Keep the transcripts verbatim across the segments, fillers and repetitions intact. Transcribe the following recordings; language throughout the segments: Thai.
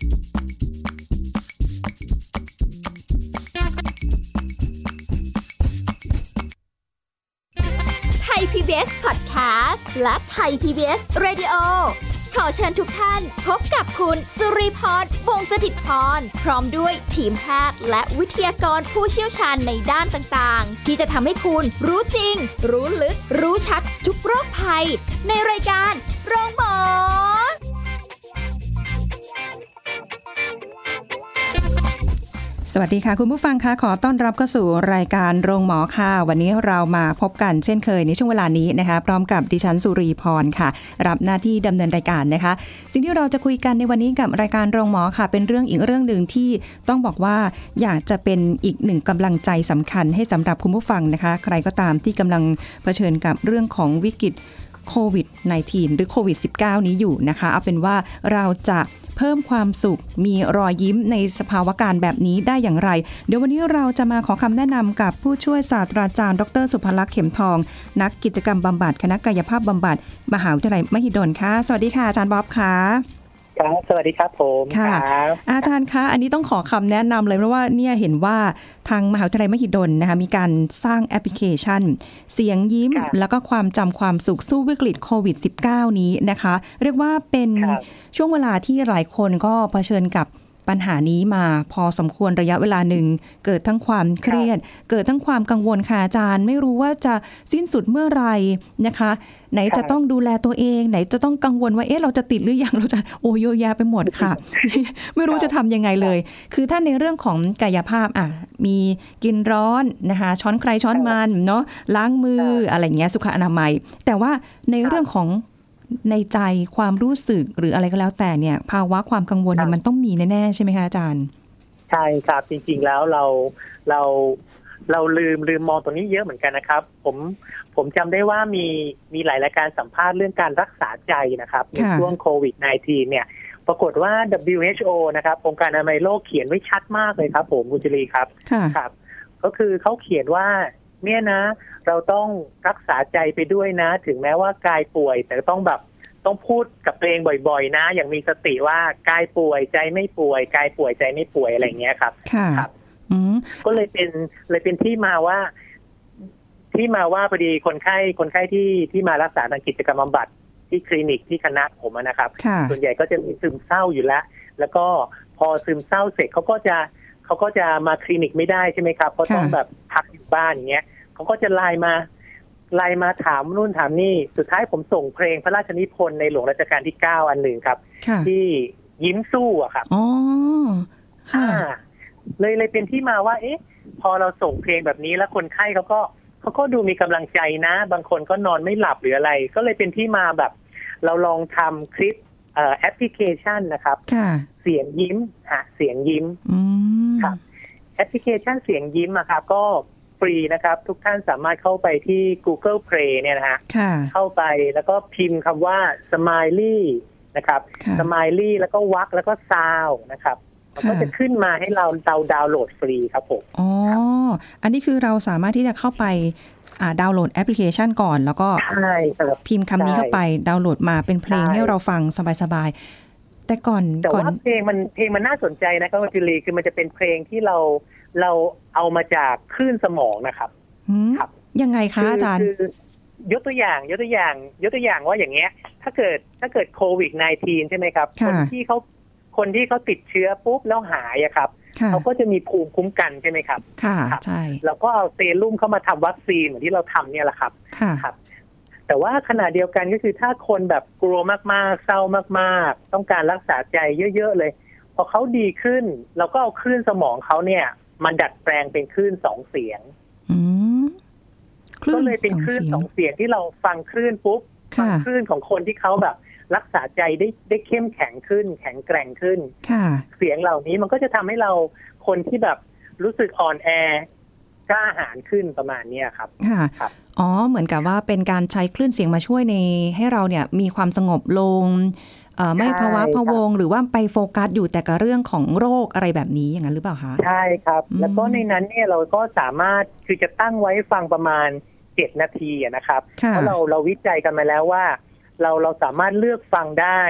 ไทย พี บี เอส Podcast และ Thai พี บี เอส Radio ขอเชิญทุกท่านพบกับคุณสุริพร วงศ์สถิตพรพร้อมด้วยทีมแพทย์และวิทยากรผู้เชี่ยวชาญในด้านต่างๆที่จะทำให้คุณรู้จริงรู้ลึกรู้ชัดทุกโรคภัยในรายการโรงหมอสวัสดีค่ะคุณผู้ฟังคะขอต้อนรับเข้าสู่รายการโรงหมอค่ะวันนี้เรามาพบกันเช่นเคยในช่วงเวลานี้นะคะพร้อมกับดิฉันสุรีพรค่ะรับหน้าที่ดำเนินรายการนะคะสิ่งที่เราจะคุยกันในวันนี้กับรายการโรงหมอค่ะเป็นเรื่องอีกเรื่องนึงที่ต้องบอกว่าอยากจะเป็นอีกหนึ่งกำลังใจสำคัญให้สำหรับคุณผู้ฟังนะคะใครก็ตามที่กำลังเผชิญกับเรื่องของวิกฤตโควิด สิบเก้า หรือโควิด สิบเก้า นี้อยู่นะคะเอาเป็นว่าเราจะเพิ่มความสุขมีรอยยิ้มในสภาวะการแบบนี้ได้อย่างไรเดี๋ยววันนี้เราจะมาขอคำแนะนำกับผู้ช่วยศาสตราจารย์ดรสุภลักษณ์เข็มทองนักกิจกรรมบำบัดคณะกายภาพบำบัดมหาวิทยาลัยมหิดลค่ะสวัสดีค่ะอาจารย์บ๊อบค่ะครับสวัสดีครับผมค่ะอาจารย์คะอันนี้ต้องขอคำแนะนำเลยเพราะว่าเนี่ยเห็นว่าทางมหาวิทยาลัยมหิดลนะคะมีการสร้างแอปพลิเคชันเสียงยิ้มแล้วก็ความจำความสุขสู้วิกฤตโควิด สิบเก้า นี้นะคะเรียกว่าเป็นช่วงเวลาที่หลายคนก็เผชิญกับปัญหานี้มาพอสมควรระยะเวลาหนึ่งเกิดทั้งความเครียดเกิดทั้งความกังวลค่ะอาจารย์ไม่รู้ว่าจะสิ้นสุดเมื่อไหร่นะคะไหนจะต้องดูแลตัวเองไหนจะต้องกังวลว่าเอ๊ะเราจะติดหรือยังเราจะโอโยยาไปหมดค่ะ ไม่รู้จะทำยังไงเลยคือถ้าในเรื่องของกายภาพอ่ะมีกินร้อนนะคะช้อนใครช้อนมันเนาะล้างมืออะไรเงี้ยสุขอนามัยแต่ว่าในเรื่องของในใจความรู้สึกหรืออะไรก็แล้วแต่เนี่ยภาวะความกังวลเนี่ยมันต้องมีแน่ๆใช่ไหมคะอาจารย์ใช่ครับจริงๆแล้วเราเราเราลืมลืมมองตรงนี้เยอะเหมือนกันนะครับผมผมจำได้ว่ามีมีหลายรายการสัมภาษณ์เรื่องการรักษาใจนะครับในช่วงโควิด สิบเก้า เนี่ยปรากฏว่า ดับเบิลยู เอช โอ นะครับองค์การอนามัยโลกเขียนไว้ชัดมากเลยครับผมคุณจรีครับครับก็คือเขาเขียนว่าเนี่ยนะเราต้องรักษาใจไปด้วยนะถึงแม้ว่ากายป่วยแต่ต้องแบบต้องพูดกับตัวเองบ่อยๆนะอย่างมีสติว่ากายป่วยใจไม่ป่วยกายป่วยใจไม่ป่วยอะไรอย่างเงี้ยครับครับก็เลยเป็นเลยเป็นที่มาว่าที่มาว่าพอดีคนไข้คนไข้ที่ที่มารักษาทางกิจกรรมบำบัดที่คลินิกที่คณะผมนะครับส่วนใหญ่ก็จะมีซึมเศร้าอยู่แล้วแล้วก็พอซึมเศร้าเสร็จเขาก็จะเขาก็จะมาคลินิกไม่ได้ใช่ไหมครับเพราะต้องแบบพักอยู่บ้านอย่างเงี้ยเขาก็จะไลน์มาไลน์มาถามนู่นถามนี่สุดท้ายผมส่งเพลงพระราชนิพนธ์ในหลวงรัชกาลที่เก้าอันหนึ่งครับที่ยิ้มสู้อะครับอ๋อค่ะเลยเลยเป็นที่มาว่าเอ๊ะพอเราส่งเพลงแบบนี้แล้วคนไข้เขาก็เขาก็ดูมีกำลังใจนะบางคนก็นอนไม่หลับหรืออะไรก็เลยเป็นที่มาแบบเราลองทำคลิปเอ่อแอปพลิเคชันนะครับเสียงยิ้มฮะเสียงยิ้มครับแอปพลิเคชันเสียงยิ้มอะครับก็ฟรีนะครับทุกท่านสามารถเข้าไปที่ Google Play เนี่ยนะฮะเข้าไปแล้วก็พิมพ์คำว่า Smiley นะครับ Smiley แล้วก็วักแล้วก็ซาวนะครับมันก็จะขึ้นมาให้เราเราดาวน์โหลดฟรีครับผมอ๋ออันนี้คือเราสามารถที่จะเข้าไปดาวน์โหลดแอปพลิเคชันก่อนแล้วก็พิมพ์คำนี้เข้าไปดาวน์โหลดมาเป็นเพลงให้เราฟังสบายๆแต่ก่อนแต่ว่าเพลงมันเพลงมันน่าสนใจนะครับคุณจุลีคือมันจะเป็นเพลงที่เราเราเอามาจากคลื่นสมองนะครับครับยังไงคะอาจารย์ยกตัวอย่างยกตัวอย่างยกตัวอย่างว่าอย่างเงี้ยถ้าเกิดถ้าเกิดโควิด สิบเก้า ใช่ไหมครับคนที่เขาคนที่เขาติดเชื้อปุ๊บแล้วหายอะครับเขาก็จะมีภูมิคุ้มกันใช่ไหมครับค่ะใช่แล้วก็เอาเซรุ่มเข้ามาทำวัคซีนเหมือนที่เราทำเนี่ยแหละครับครับแต่ว่าขณะเดียวกันก็คือถ้าคนแบบกลัวมากๆเศร้ามากๆต้องการรักษาใจเยอะๆเลยพอเขาดีขึ้นเราก็เอาคลื่นสมองเขาเนี่ยมันดัดแปลงเป็นคลื่นสองเสียงก็เลยเป็นคลื่นสองเสียงที่เราฟังคลื่นปุ๊บฟังคลื่นของคนที่เขาแบบรักษาใจได้ได้เข้มแข็งขึ้นแข็งแกร่งขึ้นเสียงเหล่านี้มันก็จะทำให้เราคนที่แบบรู้สึกอ่อนแอกล้าหาญขึ้นประมาณนี้ครับค่ะอ๋อเหมือนกับว่าเป็นการใช้คลื่นเสียงมาช่วยในให้เราเนี่ยมีความสงบลงไม่ภาวะพะวงหรือว่าไปโฟกัสอยู่แต่กับเรื่องของโรคอะไรแบบนี้อย่างนั้นหรือเปล่าคะใช่ครับแล้วก็ในนั้นเนี่ยเราก็สามารถคือจะตั้งไว้ฟังประมาณเจ็ดนาทีนะครับเพราะเราเราวิจัยกันมาแล้วว่าเราเราสามารถเลือกฟังได้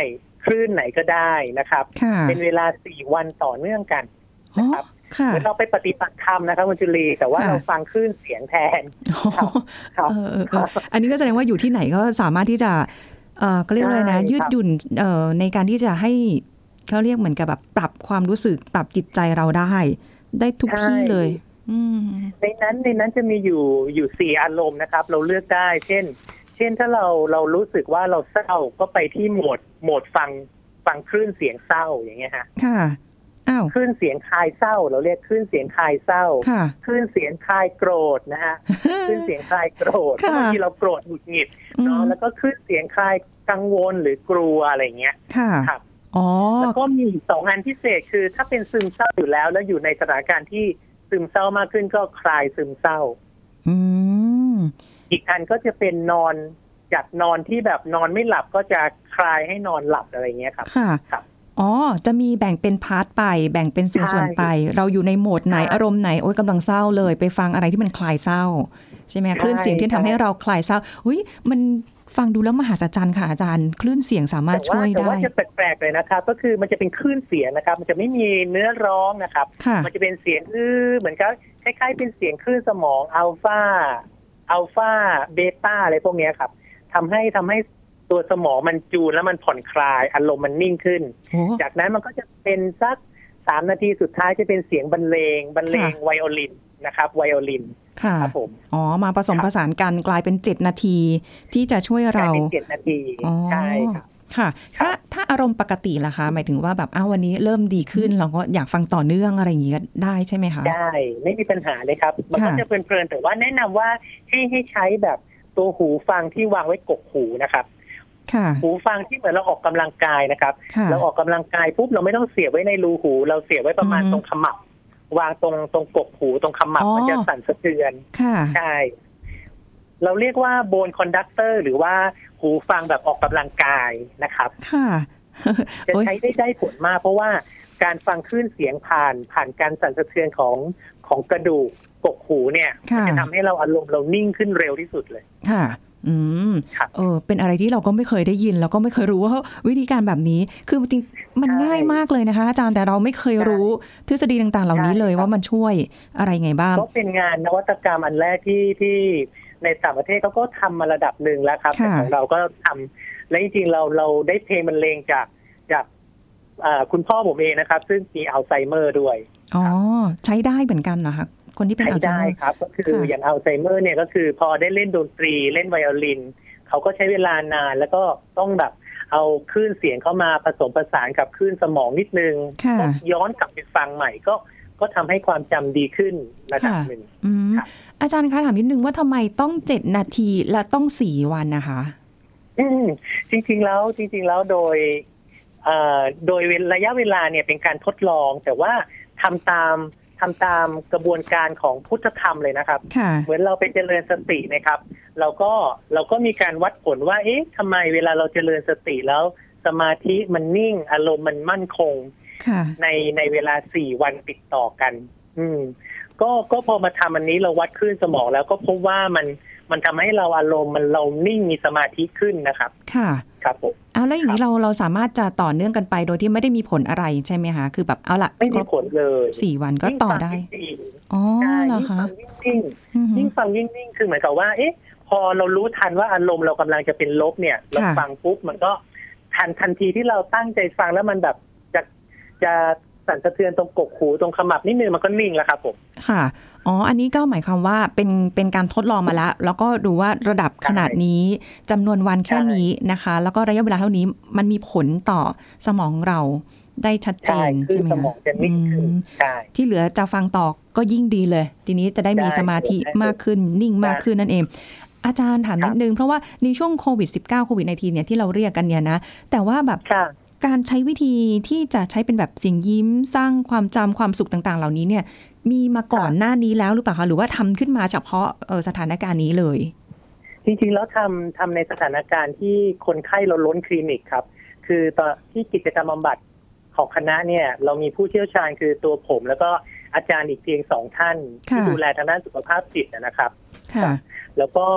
คลื่นไหนก็ได้นะครับเป็นเวลาสี่วันต่อเนื่องกันนะครับเหมือนเราไปปฏิบัติธรรมนะครับคุณจุลีแต่ว่าเราฟังคลื่นเสียงแทนครับอันนี้ก็แสดงว่าอยู่ที่ไหนก็สามารถที่จะเอ่อก็เรียกว่าอะไรนะยืดหยุ่นเอ่อในการที่จะให้เขาเรียกเหมือนกับแบบปรับความรู้สึกปรับจิตใจเราได้ได้ทุกที่เลยในนั้นในนั้นจะมีอยู่อยู่สี่อารมณ์นะครับเราเลือกได้เช่นเช่นถ้าเราเรารู้สึกว่าเราเศร้าก็ไปที่โหมดโหมดฟังฟังคลื่นเสียงเศร้าอย่างเงี้ยฮะค่ะอ้าวคลื่นเสียงคลายเศร้าเราเรียกคลื่นเสียงคลายเศร้าคลื่นเสียงคลายโกรธนะฮะคลื่นเสียงคลายโกรธบางทีเราโกรธหงุดหงิดเนาะแล้วก็คลื่นเสียงคลายกังวลหรือกลัวอะไรเงี้ยครับอ๋อแล้วก็มีสองอันพิเศษคือถ้าเป็นซึมเศร้าอยู่แล้วแล้วอยู่ในสถานการณ์ที่ซึมเศร้ามากขึ้นก็คลายซึมเศร้าอืมอีกอันก็จะเป็นนอนจากนอนที่แบบนอนไม่หลับก็จะคลายให้นอนหลับอะไรเงี้ยครับค่ะครับอ๋อจะมีแบ่งเป็นพาร์ทไปแบ่งเป็นส่วนๆไปเราอยู่ในโหมดไหนอารมณ์ไหนโอ๊ยกำลังเศร้าเลยไปฟังอะไรที่มันคลายเศร้าใช่ไหมคลื่นเสียงที่ทำให้เราคลายเศร้าอุ้ยมันฟังดูแล้วมหัศจรรย์ค่ะอาจารย์คลื่นเสียงสามารถช่วยได้แต่ว่าจะแปลกๆเลยนะครับก็คือมันจะเป็นคลื่นเสียงนะครับมันจะไม่มีเนื้อร้องนะครับมันจะเป็นเสียงอื้อเหมือนกับคล้ายๆเป็นเสียงคลื่นสมองอัลฟาอัลฟาเบต้าอะไรพวกนี้ครับทำให้ทำให้ตัวสมองมันจูนแล้วมันผ่อนคลายอารมณ์มันนิ่งขึ้นจากนั้นมันก็จะเป็นสักสามนาทีสุดท้ายจะเป็นเสียงบรรเลงบรรเลงไวโอลินนะครับไวโอลินครับผมอ๋อมาผสมผสานกันกลายเป็นเจ็ดนาทีที่จะช่วยเราเจ็ดนาทีใช่ครับค่ะถ้าถ้าอารมณ์ปกติล่ะคะหมายถึงว่าแบบอ้าววันนี้เริ่มดีขึ้นเราก็อยากฟังต่อเนื่องอะไรอย่างนี้ก็ได้ใช่ไหมคะได้ไม่มีปัญหาเลยครับมันก็จะเพลินๆแต่ว่าแนะนำว่าให้ให้ใช้แบบตัวหูฟังที่วางไว้กกหูนะครับหูฟังที่เหมือนเราออกกำลังกายนะครับเราออกกำลังกายปุ๊บเราไม่ต้องเสียบไว้ในรูหูเราเสียบไว้ประมาณตรงขมับวางตรงตรงกกหูตรงขมับมันจะสั่นสะเทือนใช่เราเรียกว่าโบนคอนดักเตอร์หรือว่าหูฟังแบบออกกำลังกายนะครับจะใช้ได้ได้ผลมากเพราะว่าการฟังคลื่นเสียงผ่านผ่านการสั่นสะเทือนของของกระดูกกกหูเนี่ยมันจะทำให้เราอารมณ์เรานิ่งขึ้นเร็วที่สุดเลยค่ะอืมเออเป็นอะไรที่เราก็ไม่เคยได้ยินแล้วก็ไม่เคยรู้ว่าวิธีการแบบนี้คือจริงมันง่ายมากเลยนะคะอาจารย์แต่เราไม่เคยรู้ทฤษฎีต่างๆเหล่านี้เลยว่ามันช่วยอะไรไงบ้างก็เป็นงานนวัตกรรมอันแรกที่ที่ในต่างประเทศเขาก็ทำมาระดับหนึ่งแล้วครับแต่ของเราก็ทำและจริงๆเราเราได้เพลงบรรเลงจากจากคุณพ่อผมเองนะครับซึ่งมีอัลไซเมอร์ด้วยอ๋อใช้ได้เหมือนกันเหรอคะคนที่เป็นอัลไซเมอร์ครับก็คืออย่างอัลไซเมอร์เนี่ยก็คือพอได้เล่นดนตรีเล่นไวโอลินเขาก็ใช้เวลานานแล้วก็ต้องแบบเอาคลื่นเสียงเข้ามาผสมผสานกับคลื่นสมองนิดนึงก็ย้อนกลับไปฟังใหม่ก็ก็ทำให้ความจำดีขึ้นระดับหนึ่งอาจารย์คะถามนิดนึงว่าทำไมต้องเจ็ดนาทีและต้องสี่วันนะคะอืมจริงๆแล้วจริงๆแล้วโดยเอ่อโดยระยะเวลาเนี่ยเป็นการทดลองแต่ว่าทำตามทำตามกระบวนการของพุทธธรรมเลยนะครับเหมือนเราไปเจริญสตินะครับเราก็เราก็มีการวัดผลว่าเอ๊ะทำไมเวลาเราเจริญสติแล้วสมาธิมันนิ่งอารมณ์มันมั่นคงในในเวลาสี่วันติดต่อกันอืมก็ก็พอมาทำอันนี้เราวัดคลื่นสมองแล้วก็พบว่ามันมันทำให้เราอารมณ์มันเรานิ่งมีสมาธิขึ้นนะครับค่ะครับผมเอาแล้วอย่างนี้เราเราสามารถจะต่อเนื่องกันไปโดยที่ไม่ได้มีผลอะไรใช่ไหมคะคือแบบเอาละไม่มีผลเลยสี่วันก็ต่อได้อ๋อเหรอคะยิ่งยิ่งฟังยิ่งนิ่งคือเหมือนกับว่าเอ๊ะพอเรารู้ทันว่าอารมณ์เรากำลังจะเป็นลบเนี่ยเราฟังปุ๊บมันก็ทันทันทีที่เราตั้งใจฟังแล้วมันแบบจะจะสั่นสะเทือนตรงกกหูตรงขมับนิดนึงมันก็นิ่งแล้วครับผมค่ะอ๋ออันนี้ก็หมายความว่าเป็นเป็นการทดลองมาแล้วแล้วก็ดูว่าระดับขนาดนี้จำนวนวันแค่นี้นะคะแล้วก็ระยะเวลาเท่านี้มันมีผลต่อสมองเราได้ชัดเจนใช่ไหมคะที่เหลือจะฟังต่อก็ยิ่งดีเลยทีนี้จะได้มีสมาธิมากขึ้นนิ่งมากขึ้นนั่นเองอาจารย์ถามนิดนึงเพราะว่าในช่วงโควิด สิบเก้า โควิด สิบเก้า เนี่ยที่เราเรียกกันเนี่ยนะแต่ว่าแบบการใช้วิธีที่จะใช้เป็นแบบเสียงยิ้มสร้างความจำความสุขต่างๆเหล่านี้เนี่ยมีมาก่อนหน้านี้แล้วหรือเปล่าคะหรือว่าทำขึ้นมาเฉพาะเออสถานการณ์นี้เลยจริงๆแล้วทำทำในสถานการณ์ที่คนไข้เราล้นคลินิกครับคือตอนที่กิจกรรมบำบัดของคณะเนี่ยเรามีผู้เชี่ยวชาญคือตัวผมแล้วก็อาจารย์อีกเพียงสองท่านที่ดูแลทางด้านสุขภาพจิตนะครับแล้วก็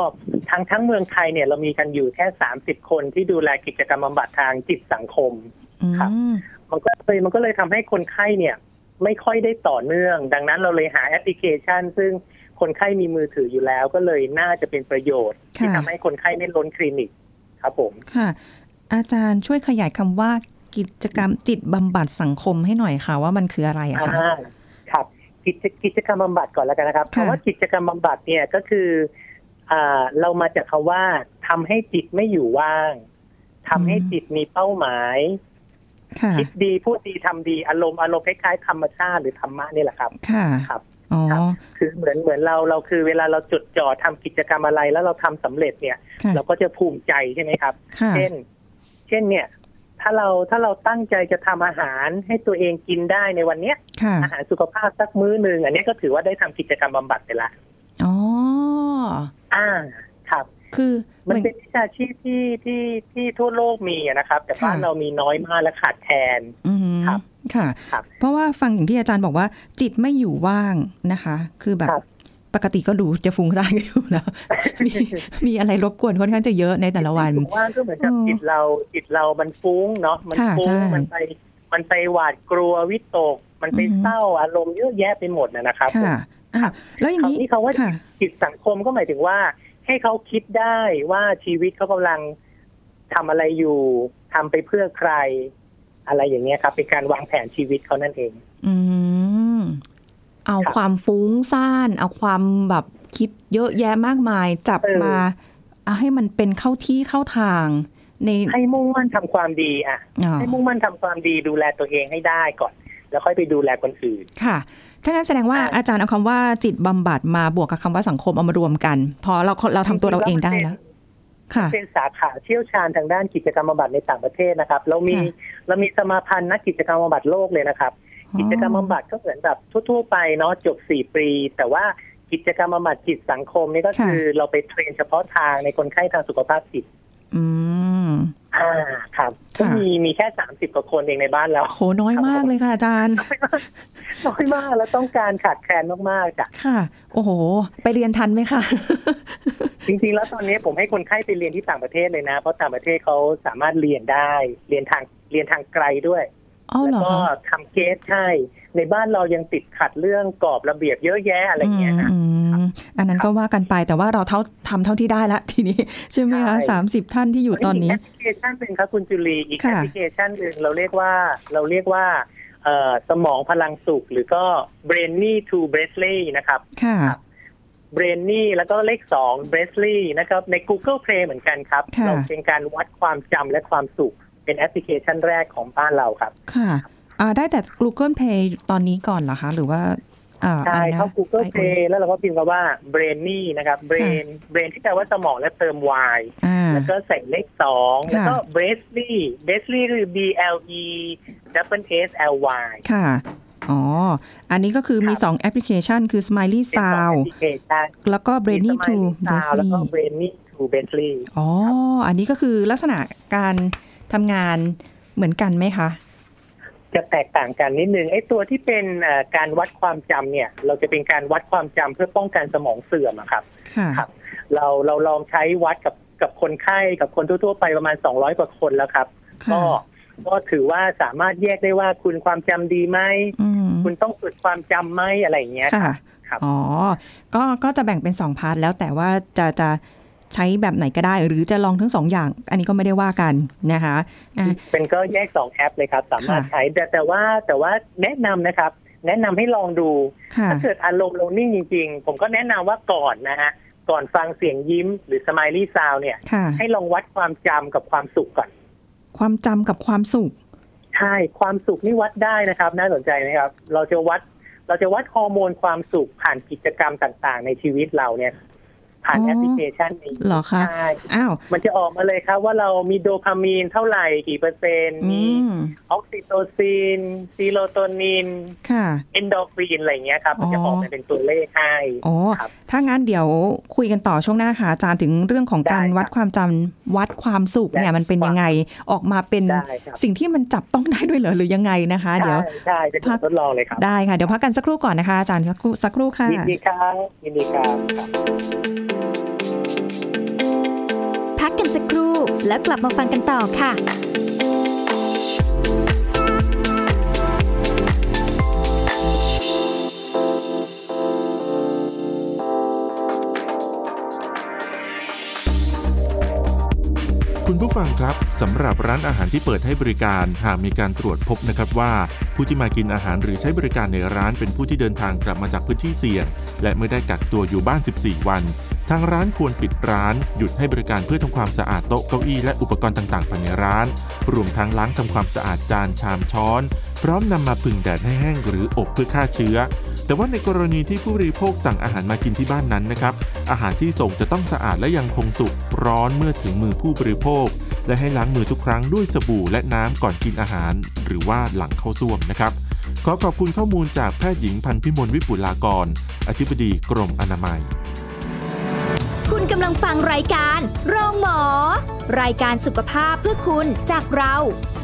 ทั้งทั้งเมืองไทยเนี่ยเรามีกันอยู่แค่สามสิบคนที่ดูแลกิจกรรมบำบัดทางจิตสังคมครับมันก็เลยมันก็เลยทำให้คนไข้เนี่ยไม่ค่อยได้ต่อเนื่องดังนั้นเราเลยหาแอปพลิเคชันซึ่งคนไข้มีมือถืออยู่แล้วก็เลยน่าจะเป็นประโยชน์ที่ทำให้คนไข้ไม่ล้นคลินิกครับผมค่ะอาจารย์ช่วยขยายคำว่ากิจกรรมจิตบำบัดสังคมให้หน่อยค่ะว่ามันคืออะไรอะคะครับกิจกิจกรรมบำบัดก่อนแล้วกันนะครับคำว่ากิจกรรมบำบัดเนี่ยก็คืออ่าเรามาจากคำว่าทำให้จิตไม่อยู่ว่างทำให้จิตมีเป้าหมายคิดดีพูดดีทำดีอารมณ์อารมณ์คล้ายๆธรรมชาติหรือธรรมะนี่แหละครับค่ะครับอ๋อคือเหมือนเหมือนเราเราคือเวลาเราจดจ่อทำกิจกรรมอะไรแล้วเราทำสำเร็จเนี่ยเราก็จะภูมิใจใช่ไหมครับเช่นเช่นเนี่ยถ้าเราถ้าเราตั้งใจจะทำอาหารให้ตัวเองกินได้ในวันเนี้ยอาหารสุขภาพสักมื้อนึงอันนี้ก็ถือว่าได้ทำกิจกรรมบำบัดไปละอ๋ออ่าครับคือมันเป็นวิชาชีพที่ที่ที่ทั่วโลกมีนะครับแต่บ้านเรามีน้อยมากและขาดแคลนครับค่ะเพราะว่าฟังอย่างที่อาจารย์บอกว่าจิตไม่อยู่ว่างนะคะคือแบบปกติก็ดูจะฟุ้งซ่านอยู่แล้วมีมีอะไรรบกวนค่อนข้างจะเยอะในแต่ละวันว่างก็เหมือนกับจิตเราจิตเรามันฟุ้งเนาะมันฟุ้งมันไปมันไปหวาดกลัววิตกมันไปเศร้าอารมณ์เยอะแยะไปหมดนะครับค่ะแล้วอย่างนี้เขาว่าจิตสังคมก็หมายถึงว่าให้เขาคิดได้ว่าชีวิตเขากำลังทำอะไรอยู่ทำไปเพื่อใครอะไรอย่างเงี้ยครับเป็นการวางแผนชีวิตเขานั่นเองอืมเอาความฟุ้งซ่านเอาความแบบคิดเยอะแยะมากมายจับมาเอาให้มันเป็นเข้าที่เข้าทางในให้มุ่งมั่นทำความดีอ่ะให้มุ่งมั่นทำความดีดูแลตัวเองให้ได้ก่อนแล้วค่อยไปดูแลคนอื่นค่ะถ้างั้นแสดงว่าอาจารย์เอาคำว่าจิตบำบัดมาบวกกับคำว่าสังคมเอามารวมกันพอเราเราทำตัวเราเองได้แล้วค่ะเป็นสาขาเชี่ยวชาญทางด้านกิจกรรมบำบัดในต่างประเทศนะครับเรามีเรามีสมาพันธ์นักกิจกรรมบำบัดโลกเลยนะครับกิจกรรมบำบัดก็เหมือนแบบทั่วๆไปเนาะจบสี่ปีแต่ว่ากิจกรรมบำบัดจิตสังคมนี่ก็คือเราไปเทรนเฉพาะทางในคนไข้ทางสุขภาพจิตอืมอ่าครับก็มีมีแค่สามสิบกว่าคนเองในบ้านแล้วโหน้อยมากเลยค่ะอาจารย์น้อยมากแล้วต้องการขาดแคลนมากๆจ้ะค่ะโอ้โหไปเรียนทันไหมคะจริงๆแล้วตอนนี้ผมให้คนไข้ไปเรียนที่ต่างประเทศเลยนะเพราะต่างประเทศเขาสามารถเรียนได้เรียนทางเรียนทางไกลด้วยแล้วก็ทำเคสใช่ในบ้านเรายังติดขัดเรื่องกรอบระเบียบเยอะแยะอะไรเงี้ยนะอันนั้นก็ว่ากันไปแต่ว่าเราเท่าทำเท่าที่ได้ละทีนี้ใช่ไหมคะสามสิบท่านที่อยู่ตอนนี้แอปพลิเคชันเป็นครับคุณจุลีอีกแอปพลิเคชันหนึ่งเราเรียกว่าเราเรียกว่าสมองพลังสุขหรือก็ Brainy to Bresley นะครับค่ะ Brainy แล้วก็เลขสอง Bresley นะครับใน Google Play เหมือนกันครับเราเป็นการวัดความจำและความสุขเป็นแอปพลิเคชันแรกของบ้านเราครับค่ะได้แต่ Google Play ตอนนี้ก่อนเหรอคะหรือว่าใช่เข้า Google Play แล้วเราก็พิมพ์คำว่า Brainy นะครับ Brain Brain ที่แปลว่าสมองและเติม Y แล้วก็ใส่เลขสองแล้วก็ Bresley Bresley คือ B L E W S L Y ค่ะอ๋ออันนี้ก็คือมีสองแอปพลิเคชันคือ Smiley Sound แล้วก็ Brainy to Bresley แล้วก็ Brainy to Bresley อ๋ออันนี้ก็คือลักษณะการทำงานเหมือนกันไหมคะจะแตกต่างกันนิดนึงไอ้ตัวที่เป็นการวัดความจำเนี่ยเราจะเป็นการวัดความจำเพื่อป้องกันสมองเสื่อมครับครับเราเราลองใช้วัดกับกับคนไข้กับคนทั่วๆไปประมาณสองร้อยกว่าคนแล้วครับก็ก็ถือว่าสามารถแยกได้ว่าคุณความจำดีไหมคุณต้องฝึกความจำไหมอะไรอย่างเงี้ยครับอ๋อก็ก็จะแบ่งเป็นสองพาร์ทแล้วแต่ว่าจะจะใช้แบบไหนก็ได้หรือจะลองทั้งสองอย่างอันนี้ก็ไม่ได้ว่ากันนะคะเป็นก็แยกสองแอปเลยครับสามารถใช้แต่แต่ว่าแต่ว่าแนะนำนะครับแนะนำให้ลองดูถ้าเกิดอารมณ์เรานิ่งจริงๆผมก็แนะนำว่าก่อนนะฮะก่อนฟังเสียงยิ้มหรือ Smiley Sound เนี่ยให้ลองวัดความจำกับความสุขก่อนความจำกับความสุขใช่ความสุขนี่วัดได้นะครับน่าสนใจนะครับเราจะวัดเราจะวัดฮอร์โมนความสุขผ่านกิจกรรมต่างๆในชีวิตเราเนี่ยผ่านแอปพลิเคชันนี้เหรอคะใช่อ้าวมันจะออกมาเลยครับว่าเรามีโดพามีนเท่าไหร่กี่เปอร์เซ็นต์มีออกซิโตซินซีโรโทนินค่ะเอนโดรฟินอะไรเงี้ยครับมันจะออกมาเป็นตัวเลขให้อ๋อถ้างั้นเดี๋ยวคุยกันต่อช่วงหน้าค่ะอาจารย์ถึงเรื่องของการวัดความจำวัดความสุขเนี่ยมันเป็นยังไงออกมาเป็นสิ่งที่มันจับต้องได้ด้วยเหรอหรือยังไงนะคะเดี๋ยวใช่เป็นทดลองเลยครับได้ค่ะเดี๋ยวพักกันสักครู่ก่อนนะคะอาจารย์สักครู่สักครู่ค่ะยินดีครับยินดีครับสักครู่แล้วกลับมาฟังกันต่อค่ะคุณผู้ฟังครับสำหรับร้านอาหารที่เปิดให้บริการหากมีการตรวจพบนะครับว่าผู้ที่มากินอาหารหรือใช้บริการในร้านเป็นผู้ที่เดินทางกลับมาจากพื้นที่เสี่ยงและไม่ได้กักตัวอยู่บ้านสิบสี่วันทางร้านควรปิดร้านหยุดให้บริการเพื่อทำความสะอาดโต๊ะเก้าอี้และอุปกรณ์ต่างๆภายในร้านรวมทั้งล้างทำความสะอาดจานชามช้อนพร้อมนำมาผึ่งแดดให้แห้งหรืออบเพื่อฆ่าเชื้อแต่ว่าในกรณีที่ผู้บริโภคสั่งอาหารมากินที่บ้านนั้นนะครับอาหารที่ส่งจะต้องสะอาดและยังคงสุกร้อนเมื่อถึงมือผู้บริโภคและให้ล้างมือทุกครั้งด้วยสบู่และน้ำก่อนกินอาหารหรือว่าหลังเข้าส้วมนะครับขอขอบคุณข้อมูลจากแพทย์หญิงพันธุ์พิมลวิปุลากรอธิบดีกรมอนามัยคุณกำลังฟังรายการโรงหมอรายการสุขภาพเพื่อคุณจากเรา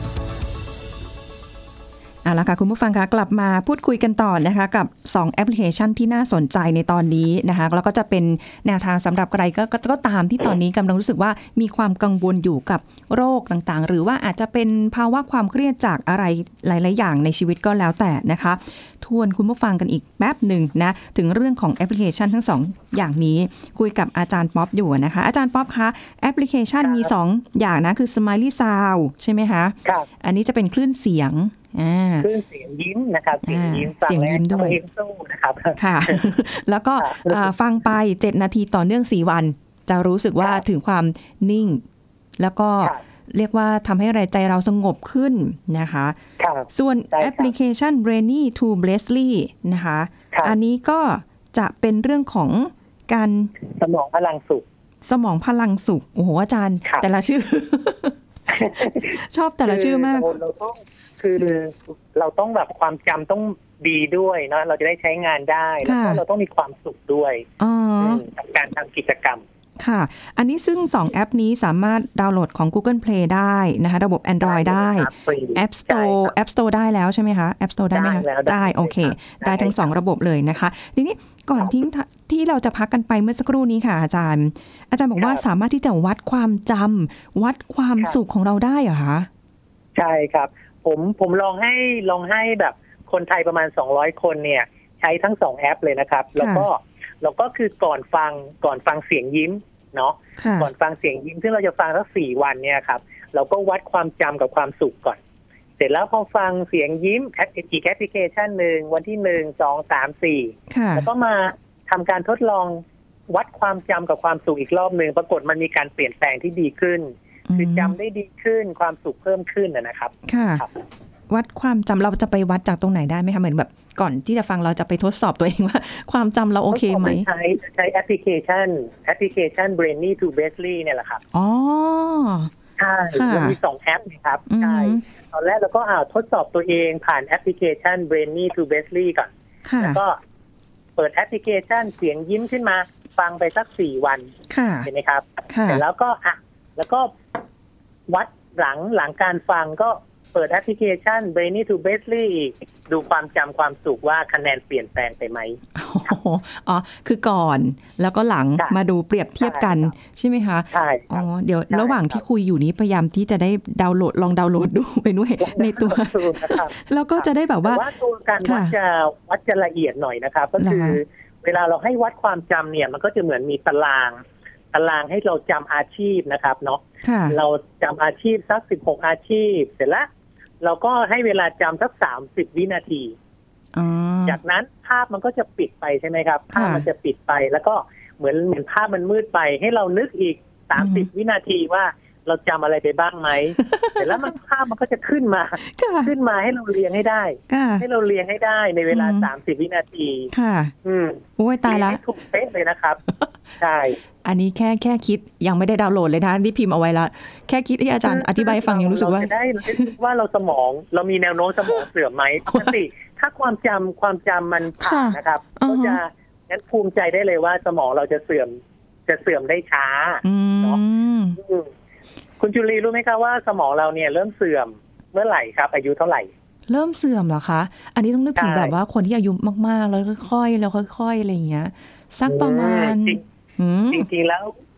เอาละค่ะคุณผู้ฟังคะกลับมาพูดคุยกันต่อนะคะกับสองแอปพลิเคชันที่น่าสนใจในตอนนี้นะคะแล้วก็จะเป็นแนวทางสำหรับใครก็ก็ก็ตามที่ตอนนี้กำลังรู้สึกว่ามีความกังวลอยู่กับโรคต่างๆหรือว่าอาจจะเป็นภาวะความเครียดจากอะไรหลายๆอย่างในชีวิตก็แล้วแต่นะคะทวนคุณผู้ฟังกันอีกแป๊บหนึ่งนะถึงเรื่องของแอปพลิเคชันทั้งสองอย่างนี้คุยกับอาจารย์ป๊อปอยู่นะคะอาจารย์ป๊อปคะแอปพลิเคชันมีสองอย่างนะคือ Smiley Sound ใช่ไหมคะครับอันนี้จะเป็นคลื่นเสียงคลื่นเสียงยิ้มนะครับเสียงยิ้มเสียงยิ้มด้วยนะครับค่ะแล้วก็ฟังไปเจ็ดนาทีต่อเนื่องสี่วันจะรู้สึกว่าถึงความนิ่งแล้วก็เรียกว่าทำให้ใจเราสงบขึ้นนะคะส่วนแอปพลิเคชัน Brainy to Blessly นะคะอันนี้ก็จะเป็นเรื่องของการสมองพลังสุขสมองพลังสุขโอ้โหอาจารย์แต่ละชื่อ ชอบแต่ละชื่อมากเราต้องคือเราต้องแบบความจำต้องดีด้วยเนาะเราจะได้ใช้งานได้แล้วก็เราต้องมีความสุขด้วยกับการทำกิจกรรมค่ะอันนี้ซึ่งสองแอปนี้สามารถดาวน์โหลดของ Google Play ได้นะคะระบบ Android ได้ App Store App Store ได้แล้วใช่ไหมคะ App Store ได้ไหมคะได้โอเคได้ทั้งสองระบบเลยนะคะทีนี้ก่อนที่ที่เราจะพักกันไปเมื่อสักครู่นี้ค่ะอาจารย์อาจารย์บอกว่าสามารถที่จะวัดความจำวัดความสุขของเราได้เหรอคะใช่ครับผมผมลองให้ลองให้แบบคนไทยประมาณสองร้อยคนเนี่ยใช้ทั้งสองแอปเลยนะครับแล้วก็แล้วก็คือก่อนฟังก่อนฟังเสียงยิ้มเนาะก่อนฟังเสียงยิ้มซึ่งเราจะฟังสักสี่วันเนี่ยครับเราก็วัดความจำกับความสุขก่อนเสร็จแล้วพอฟังเสียงยิ้มอีกแอปพลิเคชันหนึ่งวันที่หนึ่งสองสามสี่แล้วก็มาทำการทดลองวัดความจำกับความสุขอีกรอบหนึ่งปรากฏมันมีการเปลี่ยนแปลงที่ดีขึ้นคือจำได้ดีขึ้นความสุขเพิ่มขึ้นนะครับค่ะวัดความจำเราจะไปวัดจากตรงไหนได้ไหมคะเหมือนแบบก่อนที่จะฟังเราจะไปทดสอบตัวเองว่าความจำเราโอเคไหมใช้ใช้แอปพลิเคชันแอปพลิเคชัน Brainy to Blessly เนี่ยแหละครับอ๋อใช่มันมีสองแอปนะครับใช่ตอนแรกเราก็อ่าทดสอบตัวเองผ่านแอปพลิเคชัน Brainy to Blessly ก่อนแล้วก็เปิดแอปพลิเคชันเสียงยิ้มขึ้นมาฟังไปสักสี่วันเห็นไหมครับเสร็จแล้วก็อ่ะแล้วก็วัดหลังหลังการฟังก็เปิดแอปพลิเคชัน Brainy to Blessly อีกดูความจำความสุขว่าคะแนนเปลี่ยนแปลงไปไหมอ๋อคือก่อนแล้วก็หลังมาดูเปรียบเทียบกันใช่ไหมคะใช่อ๋อเดี๋ยวระหว่างที่คุยอยู่นี้พยายามที่จะได้ดาวน์โหลดลองดาวน์โหลดดูไปด้วยในตัวแล้วก็จะได้แบบว่าตัวการวัดจะวัดจะละเอียดหน่อยนะครับก็คือเวลาเราให้วัดความจำเนี่ยมันก็จะเหมือนมีตารางตารางให้เราจำอาชีพนะครับเนาะเราจำอาชีพสักสิบหกอาชีพเสร็จแล้วเราก็ให้เวลาจำสักสามสิบวินาทีจากนั้นภาพมันก็จะปิดไปใช่ไหมครับภาพมันจะปิดไปแล้วก็เหมือนเหมือนภาพมันมืดไปให้เรานึกอีกสามสิบวินาทีว่าเราจำอะไรไปบ้างไหมเสร็จแล้วมันภาพมันก็จะขึ้นมาขึ้นมาให้เราเรียงให้ได้ให้เราเรียงให้ได้ในเวลาสามสิบวินาทีค่ะอืมโอ้ยตายละถูกเป๊ะเลยนะครับใช่อันนี้แค่แค่คิดยังไม่ได้ดาวน์โหลดเลยนะที่พิมพ์เอาไว้ละแค่คิดที่อาจารย์อธิบายฟังยังรู้สึกว่าได้ว่าเราสมองเรามีแนวโน้มสมองเสื่อมไหมปกติถ้าความจำความจำมันผ่านนะครับก็จะงั้นภูมิใจได้เลยว่าสมองเราจะเสื่อมจะเสื่อมได้ช้าเนาะคุณจุลีรู้ไหมคะว่าสมองเราเนี่ยเริ่มเสื่อมเมื่อไหร่ครับอายุเท่าไหร่เริ่มเสื่อมเหรอคะอันนี้ต้องนึกถึงแบบว่าคนที่อายุมากๆแล้วค่อยๆแล้วค่อยๆอะไรอย่างเงี้ยสักประมาณจริงๆแล้ว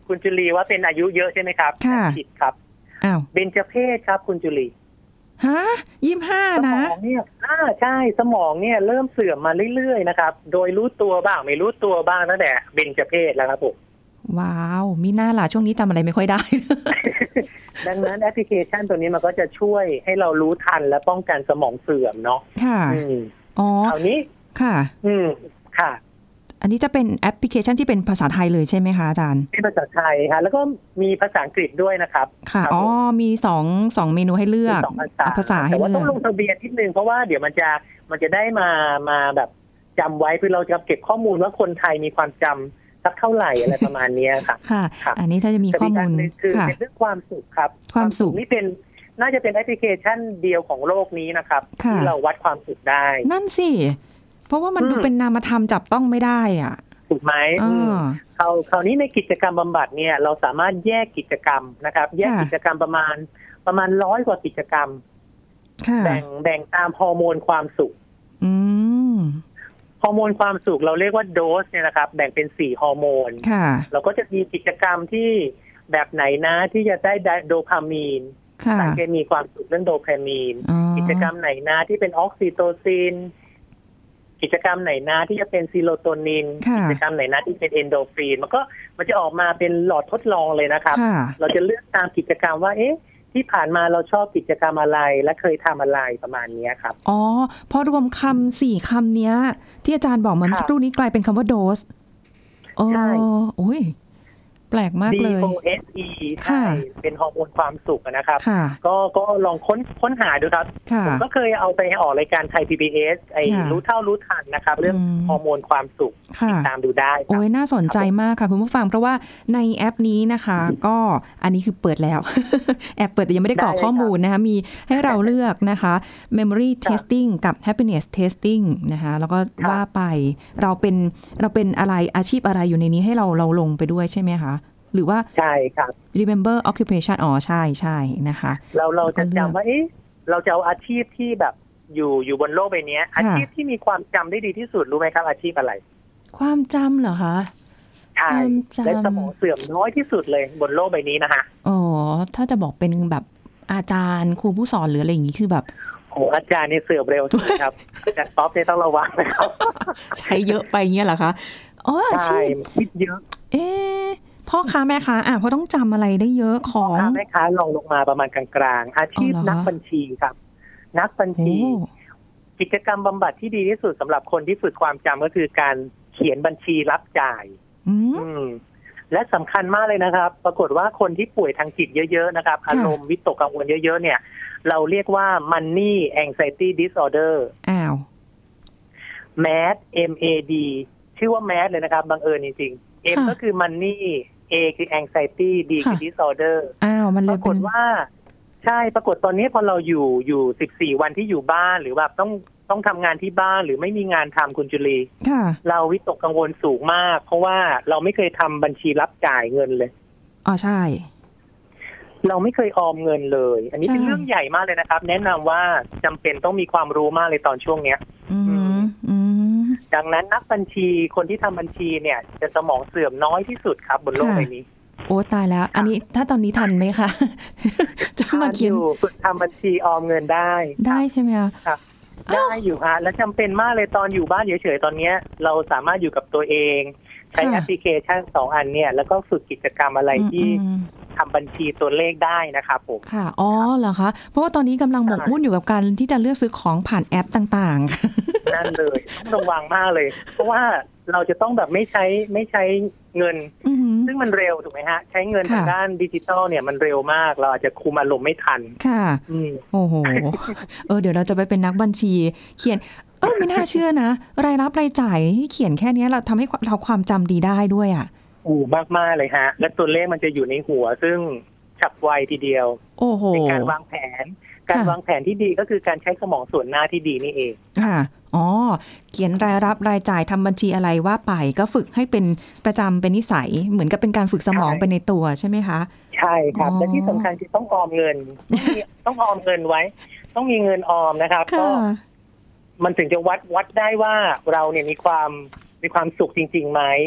คุณจุลีว่าเป็นอายุเยอะใช่ไหมครับผิดครับอ้าวเบญจเพศครับคุณจุลีฮะยี่สิบห้านะสมองเนี่ยอ่าใช่สมองเนี่ยเริ่มเสื่อมมาเรื่อยๆนะครับโดยรู้ตัวบ้างไม่รู้ตัวบ้างตั้งแต่เบญจเพศแล้วครับผมว้าวมีหน้าล่ะช่วงนี้จำอะไรไม่ค่อยได้ดังนั้นแอปพลิเคชันตัวนี้มันก็จะช่วยให้เรารู้ทันและป้องกันสมองเสื่อมเนาะค่ะอ๋อคราวนี้ค่ะอืมค่ะอันนี้จะเป็นแอปพลิเคชันที่เป็นภาษาไทยเลยใช่ไหมคะอาจารย์เป็นภาษาไทยค่ะแล้วก็มีภาษาอังกฤษด้วยนะครับค่ะอ๋อมีสองสองเมนูให้เลือกภาษาให้เลือกแต่ว่าต้องลงทะเบียนนิดนึงเพราะว่าเดี๋ยวมันจะมันจะได้มามาแบบจำไว้คือเราจะเก็บข้อมูลว่าคนไทยมีความจำสักเท่าไหร่อะไรประมาณนี้ค่ะค่ะอันนี้ถ้าจะมีข้อมูลคือเป็นเรื่องความสุขครับความสุขนี่เป็นน่าจะเป็นแอปพลิเคชันเดียวของโลกนี้นะครับที่เราวัดความสุขได้นั่นสิเพราะว่ามันดูเป็นนามธรรมจับต้องไม่ได้อ่ะถูกไหมคราวคราวนี้ในกิจกรรมบำบัดเนี่ยเราสามารถแยกกิจกรรมนะครับแยกกิจกรรมประมาณประมาณร้อยกว่ากิจกรรมแบ่งแบ่งตามฮอร์โมนความสุขฮอร์โมนความสุขเราเรียกว่าโดสเนี่ยนะครับแบ่งเป็นสี่ฮอร์โมนเราก็จะมีกิจกรรมที่แบบไหนนะที่จะได้โดพามีนสารเคมีความสุขเรื่องโดพามีนกิจกรรมไหนนะที่เป็นออกซิโตซินกิจกรรมไหนนะที่จะเป็นซีโรโทนินกิจกรรมไหนนะที่เป็นเอนโดฟินมันก็มันจะออกมาเป็นหลอดทดลองเลยนะครับเราจะเลือกตามกิจกรรมว่าเอ๊ะที่ผ่านมาเราชอบกิจกรรมอะไรและเคยทำอะไรประมาณนี้ครับอ๋อพอรวมคำสี่คำเนี้ยที่อาจารย์บอกมันสักครู่นี้กลายเป็นคำว่าโดสใช่โอ้ยแปลกมากเลยดี โอ เอส อี ใช่เป็นฮอร์โมนความสุขนะครับก็ก็ลองค้นค้นหาดูครับผมก็เคยเอาไปออกรายการไทย พี บี เอส ไอ้รู้เท่ารู้ทันนะครับเรื่องฮอร์โมนความสุขติดตามดูได้โอ้ยน่าสนใจมากค่ะคุณผู้ฟังเพราะว่าในแอปนี้นะคะก็อันนี้คือเปิดแล้ว แอปเปิดแต่ยังไม่ได้กรอกข้อมูลนะคะมีให้เราเลือกนะคะ memory testing กับ happiness testing นะคะแล้วก็ว่าไปเราเป็นเราเป็นอะไรอาชีพอะไรอยู่ในนี้ให้เราเราลงไปด้วยใช่ไหมคะหรือว่าใช่ครับ remember occupation อ๋อใช่ใช่นะคะเราเราจะจำว่าเอ๊ะเราจะเอาอาชีพที่แบบอยู่อยู่บนโลกใบนี้อาชีพที่มีความจำได้ดีที่สุดรู้ไหมครับอาชีพอะไรความจำเหรอคะใช่และสมองเสื่อมน้อยที่สุดเลยบนโลกใบนี้นะคะอ๋อถ้าจะบอกเป็นแบบอาจารย์ครูผู้สอนหรืออะไรอย่างนี้คือแบบโอ้อาจารย์นี่เสื่อมเร็วสุดครับอาจารย์ป๊อปเนี่ยต้องระวังนะครับใช้เยอะไปเงี้ยเหรอคะอ๋ออาชีพคิดเยอะเอ๊ะพ่อค้าแม่ค้าอ่ะเพราะต้องจำอะไรได้เยอะของพ่อค้าแม่ค้าลองลงมาประมาณกลางๆอาชีพนักบัญชีครับนักบัญชีกิจกรรมบำบัดที่ดีที่สุดสำหรับคนที่ฝึกความจำก็คือการเขียนบัญชีรับจ่ายและสำคัญมากเลยนะครับปรากฏว่าคนที่ป่วยทางจิตเยอะๆนะครับอารมณ์วิตกกังวลเยอะๆเนี่ยเราเรียกว่า money anxiety disorder อ้าวแมด M A D ชื่อว่าแมดเลยนะครับบังเอิญจริงๆ M ก็คือ money A คือ anxiety D คือ disorder อ้าวมันเลยปรากฏว่าใช่ปรากฏตอนนี้พอเราอยู่อยู่สิบสี่วันที่อยู่บ้านหรือแบบต้องต้องทำงานที่บ้านหรือไม่มีงานทำคุณจุลีเราวิตกกังวลสูงมากเพราะว่าเราไม่เคยทำบัญชีรับจ่ายเงินเลยอ๋อใช่เราไม่เคยออมเงินเลยอันนี้เป็นเรื่องใหญ่มากเลยนะครับแนะนำว่าจำเป็นต้องมีความรู้มากเลยตอนช่วงเนี้ยดังนั้นนักบัญชีคนที่ทำบัญชีเนี่ยจะสมองเสื่อมน้อยที่สุดครับบนโลกใบนี้โอ้ตายแล้วอันนี้ถ้าตอนนี้ทันไหมคะจะมาเขียนฝึกทำบัญชีออมเงินได้ได้ใช่ไหมคะได้อยู่ฮะและจำเป็นมากเลยตอนอยู่บ้านเฉยๆตอนนี้เราสามารถอยู่กับตัวเองใช้แอปพลิเคชันสองอันเนี่ยแล้วก็ฝึกกิจกรรมอะไรที่ทำบัญชีตัวเลขได้นะครับผมค่ะอ๋อเหรอคะเพราะว่าตอนนี้กำลังหมกมุ่นอยู่กับการที่จะเลือกซื้อของผ่านแอปต่างๆนั่นเลยต้องระวังมากเลยเพราะว่าเราจะต้องแบบไม่ใช้ไม่ใช้เงินซึ่งมันเร็วถูกไหมฮะใช้เงินทางด้านดิจิตอลเนี่ยมันเร็วมากเราอาจจะคุมอารมณ์ไม่ทันค่ะโอ้โหเออเดี๋ยวเราจะไปเป็นนักบัญชีเขียนเออไม่น่าเชื่อนะรายรับรายจ่ายเขียนแค่นี้เราทำให้เราความจำดีได้ด้วยอ่ะอู้มากๆเลยฮะและตัวเลขมันจะอยู่ในหัวซึ่งฉับไวทีเดียวโอ้โหในการวางแผนการวางแผนที่ดีก็คือการใช้สมองส่วนหน้าที่ดีนี่เองค่ะอ๋อเขียนรายรับรายจ่ายทำบัญชีอะไรว่าไปก็ฝึกให้เป็นประจำเป็นนิสัยเหมือนกับเป็นการฝึกสมองไปในตัวใช่ไหมคะใช่ครับและที่สำคัญคือต้องออมเงิน ต้องออมเงินไว้ต้องมีเงินออมนะครับก็มันถึงจะวัดวัดได้ว่าเราเนี่ยมีความมีความสุขจริงๆไหม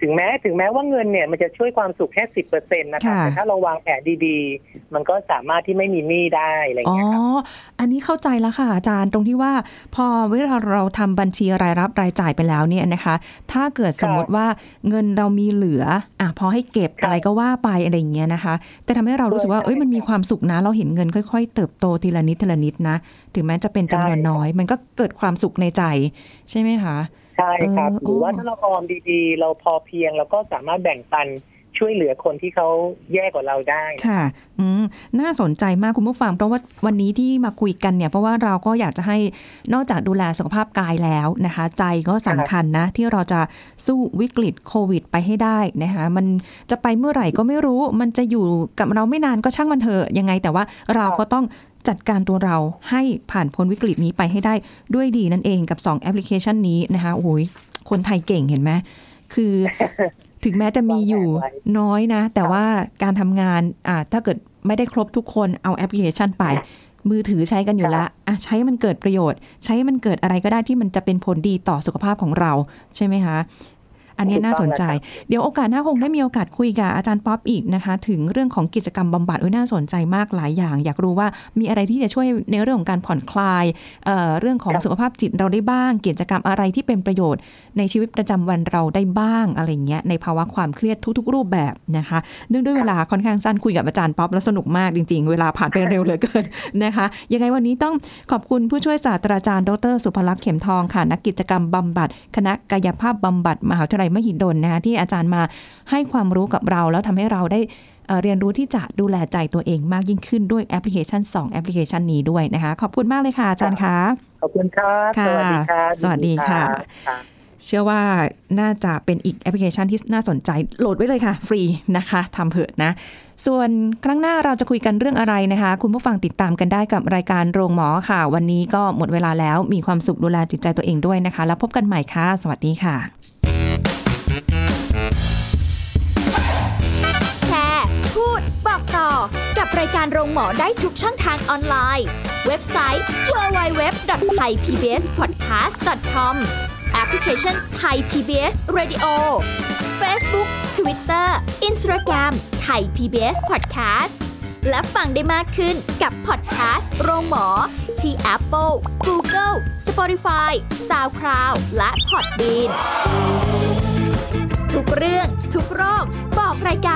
ถึงแม้ถึงแม้ว่าเงินเนี่ยมันจะช่วยความสุขแค่ สิบเปอร์เซ็นต์ นะครับแต่ถ้าเราวางแผนดีๆมันก็สามารถที่ไม่มีหนี้ได้อะไรอย่างเงี้ยครับอ๋ออันนี้เข้าใจแล้วค่ะอาจารย์ตรงที่ว่าพอเวลาเราทำบัญชีรายรับรายจ่ายไปแล้วเนี่ยนะคะถ้าเกิดสมมติว่าเงินเรามีเหลืออ่ะพอให้เก็บอะไรก็ว่าไปอะไรอย่างเงี้ยนะคะแต่ทำให้เรารู้สึกว่าเอ้ยมันมีความสุขนะเราเห็นเงินค่อยๆเติบโตทีละนิดทีละนิดนะถึงแม้จะเป็นจำนวนน้อยมันก็เกิดความสุขในใจใช่ไหมคะใช่ครับหรือว่าถ้าเราออมดีๆเราพอเพียงเราก็สามารถแบ่งปันช่วยเหลือคนที่เขาแย่กว่าเราได้ค่ะอืมน่าสนใจมากคุณผู้ฟังเพราะว่าวันนี้ที่มาคุยกันเนี่ยเพราะว่าเราก็อยากจะให้นอกจากดูแลสุขภาพกายแล้วนะคะใจก็สำคัญนะที่เราจะสู้วิกฤตโควิดไปให้ได้นะคะมันจะไปเมื่อไหร่ก็ไม่รู้มันจะอยู่กับเราไม่นานก็ช่างมันเถอะยังไงแต่ว่าเราก็ต้องจัดการตัวเราให้ผ่านพ้นวิกฤตนี้ไปให้ได้ด้วยดีนั่นเองกับสองแอปพลิเคชันนี้นะคะโอ้ยคนไทยเก่งเห็นไหมคือถึงแม้จะมีอยู่น้อยนะแต่ว่าการทำงานอ่าถ้าเกิดไม่ได้ครบทุกคนเอาแอปพลิเคชันไปมือถือใช้กันอยู่ละอ่ะใช้มันเกิดประโยชน์ใช้มันเกิดอะไรก็ได้ที่มันจะเป็นผลดีต่อสุขภาพของเราใช่ไหมคะอันนี้น่าสนใจเดี๋ยวโอกาสหน้าคงได้มีโอกาสคุยกับอาจารย์ป๊อปอีกนะคะถึงเรื่องของกิจกรรมบำบัดน่าสนใจมากหลายอย่างอยากรู้ว่ามีอะไรที่จะช่วยในเรื่องของการผ่อนคลายเอ่อเรื่องของสุขภาพจิตเราได้บ้างกิจกรรมอะไรที่เป็นประโยชน์ในชีวิตประจำวันเราได้บ้างอะไรเงี้ยในภาวะความเครียดทุกๆรูปแบบนะคะเนื่องด้วยเวลาค่อนข้างสั้นคุยกับอาจารย์ป๊อปแล้วสนุกมากจริงๆเวลาผ่านไปเร็วเหลือเกินนะคะยังไงวันนี้ต้องขอบคุณผู้ช่วยศาสตราจารย์ดร.สุภลักษณ์เข็มทองค่ะนักกิจกรรมบำบัดคณะกายภาพบำบัดมหาวิทยาลัยมหิดลนะคะที่อาจารย์มาให้ความรู้กับเราแล้วทำให้เราได้เอ่อเรียนรู้ที่จะดูแลใจตัวเองมากยิ่งขึ้นด้วยแอปพลิเคชันสองแอปพลิเคชันนี้ด้วยนะคะขอบคุณมากเลยค่ะอาจารย์คะขอบคุณครับสวัสดีค่ะสวัสดีค่ะเชื่อว่าน่าจะเป็นอีกแอปพลิเคชันที่น่าสนใจโหลดไว้เลยค่ะฟรีนะคะทำเถอะนะส่วนครั้งหน้าเราจะคุยกันเรื่องอะไรนะคะคุณผู้ฟังติดตามกันได้กับรายการโรงหมอค่ะวันนี้ก็หมดเวลาแล้วมีความสุขดูแลจิตใจตัวเองด้วยนะคะแล้วพบกันใหม่ค่ะสวัสดีค่ะแชร์พูดบอกต่อกับรายการโรงหมอได้ทุกช่องทางออนไลน์เว็บไซต์ ดับเบิลยู ดับเบิลยู ดับเบิลยู ดอท ไทย พี บี เอส พอดแคสต์ ดอท คอม แอปพลิเคชัน Thai พี บี เอส Radio Facebook Twitter Instagram Thai พี บี เอส Podcast และฟังได้มากขึ้นกับพอดแคสต์โรงหมอที่ Apple, Google, Spotify, SoundCloud และ Podbean ทุกเรื่องทุกโรคบอกรายการ